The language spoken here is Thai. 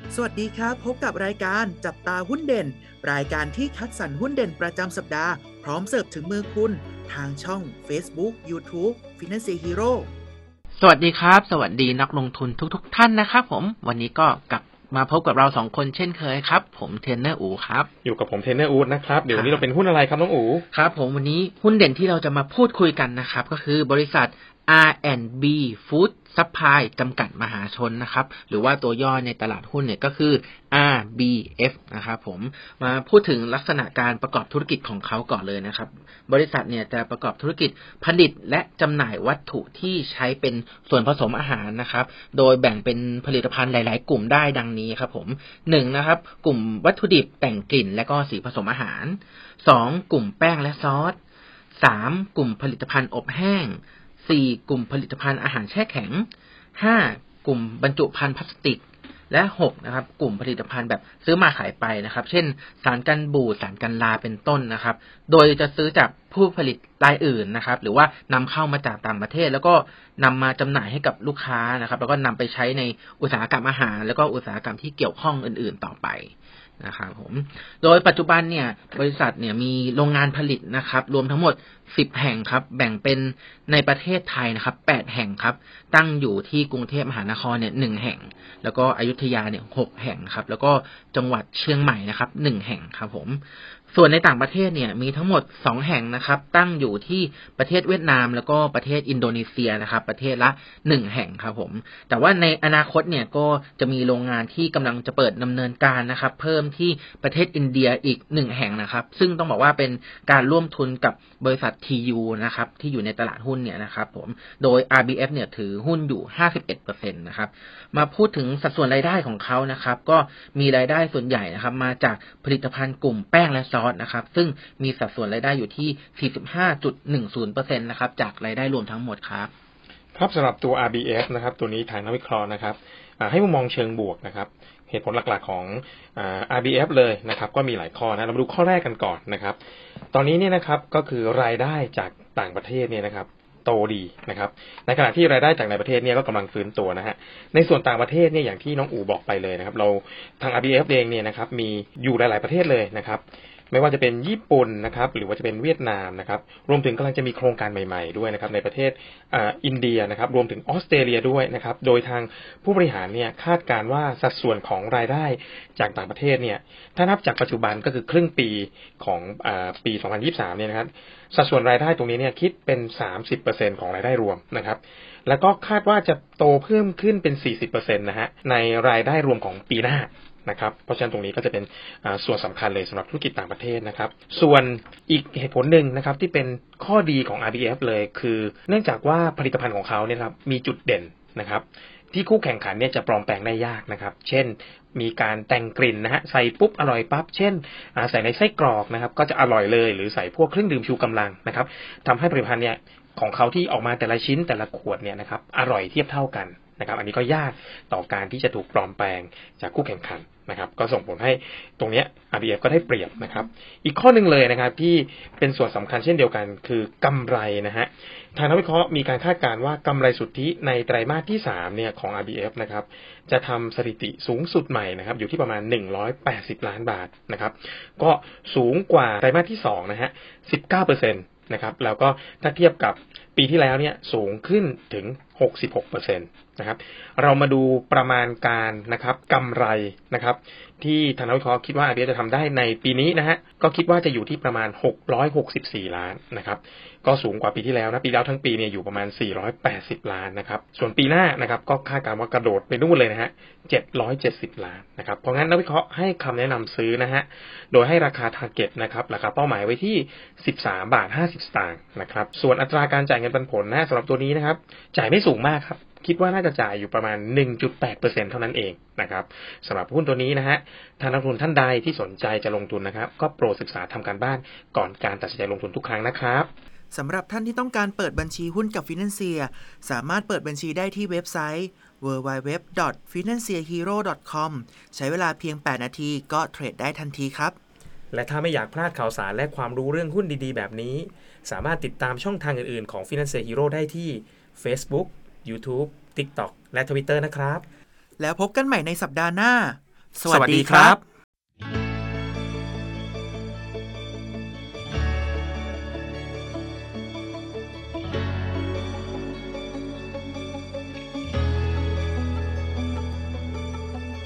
สวัสดีครับพบกับรายการจับตาหุ้นเด่นรายการที่คัดสรรหุ้นเด่นประจำสัปดาห์พร้อมเสิร์ฟถึงมือคุณทางช่อง Facebook YouTube Financial Hero สวัสดีครับสวัสดีนักลงทุนทุกท่านนะครับผมวันนี้ก็กลับมาพบกับเรา2คนเช่นเคยครับผมเทรนเนอร์อู๋ครับอยู่กับผมเทรนเนอร์อู๊ดนะครับเดี๋ยววันนี้เราเป็นหุ้นอะไรครับน้องอู๋ครับผมวันนี้หุ้นเด่นที่เราจะมาพูดคุยกันนะครับก็คือบริษัท R&B Food Supply จำกัดมหาชนนะครับหรือว่าตัวย่อในตลาดหุ้นเนี่ยก็คือ RBF นะครับผมมาพูดถึงลักษณะการประกอบธุรกิจของเขาก่อนเลยนะครับบริษัทเนี่ยจะประกอบธุรกิจผลิตและจำหน่ายวัตถุที่ใช้เป็นส่วนผสมอาหารนะครับโดยแบ่งเป็นผลิตภัณฑ์หลายๆกลุ่มได้ดังนี้ครับผม1นะครับกลุ่มวัตถุดิบแต่งกลิ่นและก็สีผสมอาหาร2กลุ่มแป้งและซอส3กลุ่มผลิตภัณฑ์อบแห้ง4กลุ่มผลิตภัณฑ์อาหารแช่แข็ง5กลุ่มบรรจุภัณฑ์พลาสติกและ6นะครับกลุ่มผลิตภัณฑ์แบบซื้อมาขายไปนะครับเช่นสารกันบูดสารกันราเป็นต้นนะครับโดยจะซื้อจากผู้ผลิตรายอื่นนะครับหรือว่านำเข้ามาจากต่างประเทศแล้วก็นำมาจำหน่ายให้กับลูกค้านะครับแล้วก็นำไปใช้ในอุตสาหกรรมอาหารแล้วก็อุตสาหกรรมที่เกี่ยวข้องอื่นๆต่อไปนะครับผมโดยปัจจุบันเนี่ยบริษัทเนี่ยมีโรงงานผลิตนะครับรวมทั้งหมด10แห่งครับแบ่งเป็นในประเทศไทยนะครับ8แห่งครับตั้งอยู่ที่กรุงเทพมหานครเนี่ย1แห่งแล้วก็อยุธยาเนี่ย6แห่งครับแล้วก็จังหวัดเชียงใหม่นะครับ1แห่งครับผมส่วนในต่างประเทศเนี่ยมีทั้งหมด2แห่งนะครับตั้งอยู่ที่ประเทศเวียดนามแล้วก็ประเทศอินโดนีเซียนะครับประเทศละ1แห่งครับผมแต่ว่าในอนาคตเนี่ยก็จะมีโรงงานที่กำลังจะเปิดดำเนินการนะครับเพิ่มที่ประเทศอินเดียอีก1แห่งนะครับซึ่งต้องบอกว่าเป็นการร่วมทุนกับบริษัท TU นะครับที่อยู่ในตลาดหุ้นเนี่ยนะครับผมโดย RBF เนี่ยถือหุ้นอยู่ 51% นะครับมาพูดถึงสัดส่วนรายได้ของเขานะครับก็มีรายได้ส่วนใหญ่นะครับมาจากผลิตภัณฑ์กลุ่มแป้งและซอสนะครับซึ่งมีสัดส่วนรายได้อยู่ที่ 45.10% นะครับจากรายได้รวมทั้งหมดครับครับสำหรับตัว RBF นะครับตัวนี้ทางนักวิเคราะห์นะครับให้มุมมองเชิงบวกนะครับเหตุผลหลักๆของRBF เลยนะครับก็มีหลายข้อนะเรามาดูข้อแรกกันก่อนนะครับตอนนี้เนี่ยนะครับก็คือรายได้จากต่างประเทศเนี่ยนะครับโตดีนะครับในขณะที่รายได้จากในประเทศเนี่ยก็กำลังฟื้นตัวนะฮะในส่วนต่างประเทศเนี่ยอย่างที่น้องอู๋บอกไปเลยนะครับเราทาง RBF เองเนี่ยนะครับมีอยู่หลายๆประเทศเลยนะครับไม่ว่าจะเป็นญี่ปุ่นนะครับหรือว่าจะเป็นเวียดนามนะครับรวมถึงกำลังจะมีโครงการใหม่ๆด้วยนะครับในประเทศอินเดียนะครับรวมถึงออสเตรเลียด้วยนะครับโดยทางผู้บริหารเนี่ยคาดการณ์ว่าสัดส่วนของรายได้จากต่างประเทศเนี่ยถ้านับจากปัจจุบันก็คือครึ่งปีของปี 2023 เนี่ยนะครับสัดส่วนรายได้ตรงนี้เนี่ยคิดเป็น 30% ของรายได้รวมนะครับแล้วก็คาดว่าจะโตเพิ่มขึ้นเป็น 40% นะฮะในรายได้รวมของปีหน้านะครับเพราะฉะนั้นตรงนี้ก็จะเป็นส่วนสำคัญเลยสำหรับธุรกิจต่างประเทศนะครับส่วนอีกเหตุผลหนึ่งนะครับที่เป็นข้อดีของ RBF เลยคือเนื่องจากว่าผลิตภัณฑ์ของเขาเนี่ยครับมีจุดเด่นนะครับที่คู่แข่งขันเนี่ยจะปลอมแปลงได้ยากนะครับเช่นมีการแต่งกลิ่นนะฮะใส่ปุ๊บอร่อยปั๊บเช่นใส่ในไส้กรอกนะครับก็จะอร่อยเลยหรือใส่พวกเครื่องดื่มชูกำลังนะครับทำให้ผลิตภัณฑ์เนี่ยของเขาที่ออกมาแต่ละชิ้นแต่ละขวดเนี่ยนะครับอร่อยเทียบเท่ากันนะครับอันนี้ก็ยากต่อการที่จะถูกปลอมแปลงจากคู่แข่งขันนะครับก็ส่งผลให้ตรงนี้ RBF ก็ได้เปรียบนะครับอีกข้อหนึ่งเลยนะครับที่เป็นส่วนสำคัญเช่นเดียวกันคือกำไรนะฮะทางนักวิเคราะห์มีการคาดการณ์ว่ากำไรสุทธิในไตรมาสที่3เนี่ยของ RBF นะครับจะทำสถิติสูงสุดใหม่นะครับอยู่ที่ประมาณ180ล้านบาทนะครับก็สูงกว่าไตรมาสที่2นะฮะ 19% นะครับแล้วก็ถ้าเทียบกับปีที่แล้วเนี่ยสูงขึ้นถึง 66% นะครับเรามาดูประมาณการนะครับกำไรนะครับที่ทางนักวิเคราะห์คิดว่า RBF จะทำได้ในปีนี้นะฮะก็คิดว่าจะอยู่ที่ประมาณ664ล้านนะครับก็สูงกว่าปีที่แล้วนะปีแล้วทั้งปีเนี่ยอยู่ประมาณ480ล้านนะครับส่วนปีหน้านะครับก็คาดการณ์ว่ากระโดดไปนู่นเลยนะฮะ770ล้านนะครับเพราะงั้นนักวิเคราะห์ให้คำแนะนำซื้อนะฮะโดยให้ราคา target นะครับราคาเป้าหมายไว้ที่13.50 สตางค์นะครับส่วนอัตราการจ่ายเงินปันผลนะสำหรับตัวนี้นะครับจ่ายไม่สูงมากครับคิดว่าน่าจะจ่ายอยู่ประมาณ 1.8% เท่านั้นเองนะครับสำหรับหุ้นตัวนี้นะฮะทางนักลงทุนท่านใดที่สนใจจะลงทุนนะครับก็โปรดศึกษาทำการบ้านก่อนการตัดสินใจลงทุนทุกครั้งนะครับสำหรับท่านที่ต้องการเปิดบัญชีหุ้นกับ Financial สามารถเปิดบัญชีได้ที่เว็บไซต์ www.financialhero.com ใช้เวลาเพียง8นาทีก็เทรดได้ทันทีครับและถ้าไม่อยากพลาดข่าวสารและความรู้เรื่องหุ้นดีๆแบบนี้สามารถติดตามช่องทางอื่นๆของ Financial Hero ได้ที่ Facebook YouTube TikTok และ Twitter นะครับแล้วพบกันใหม่ในสัปดาห์หน้าสวัสดีครับ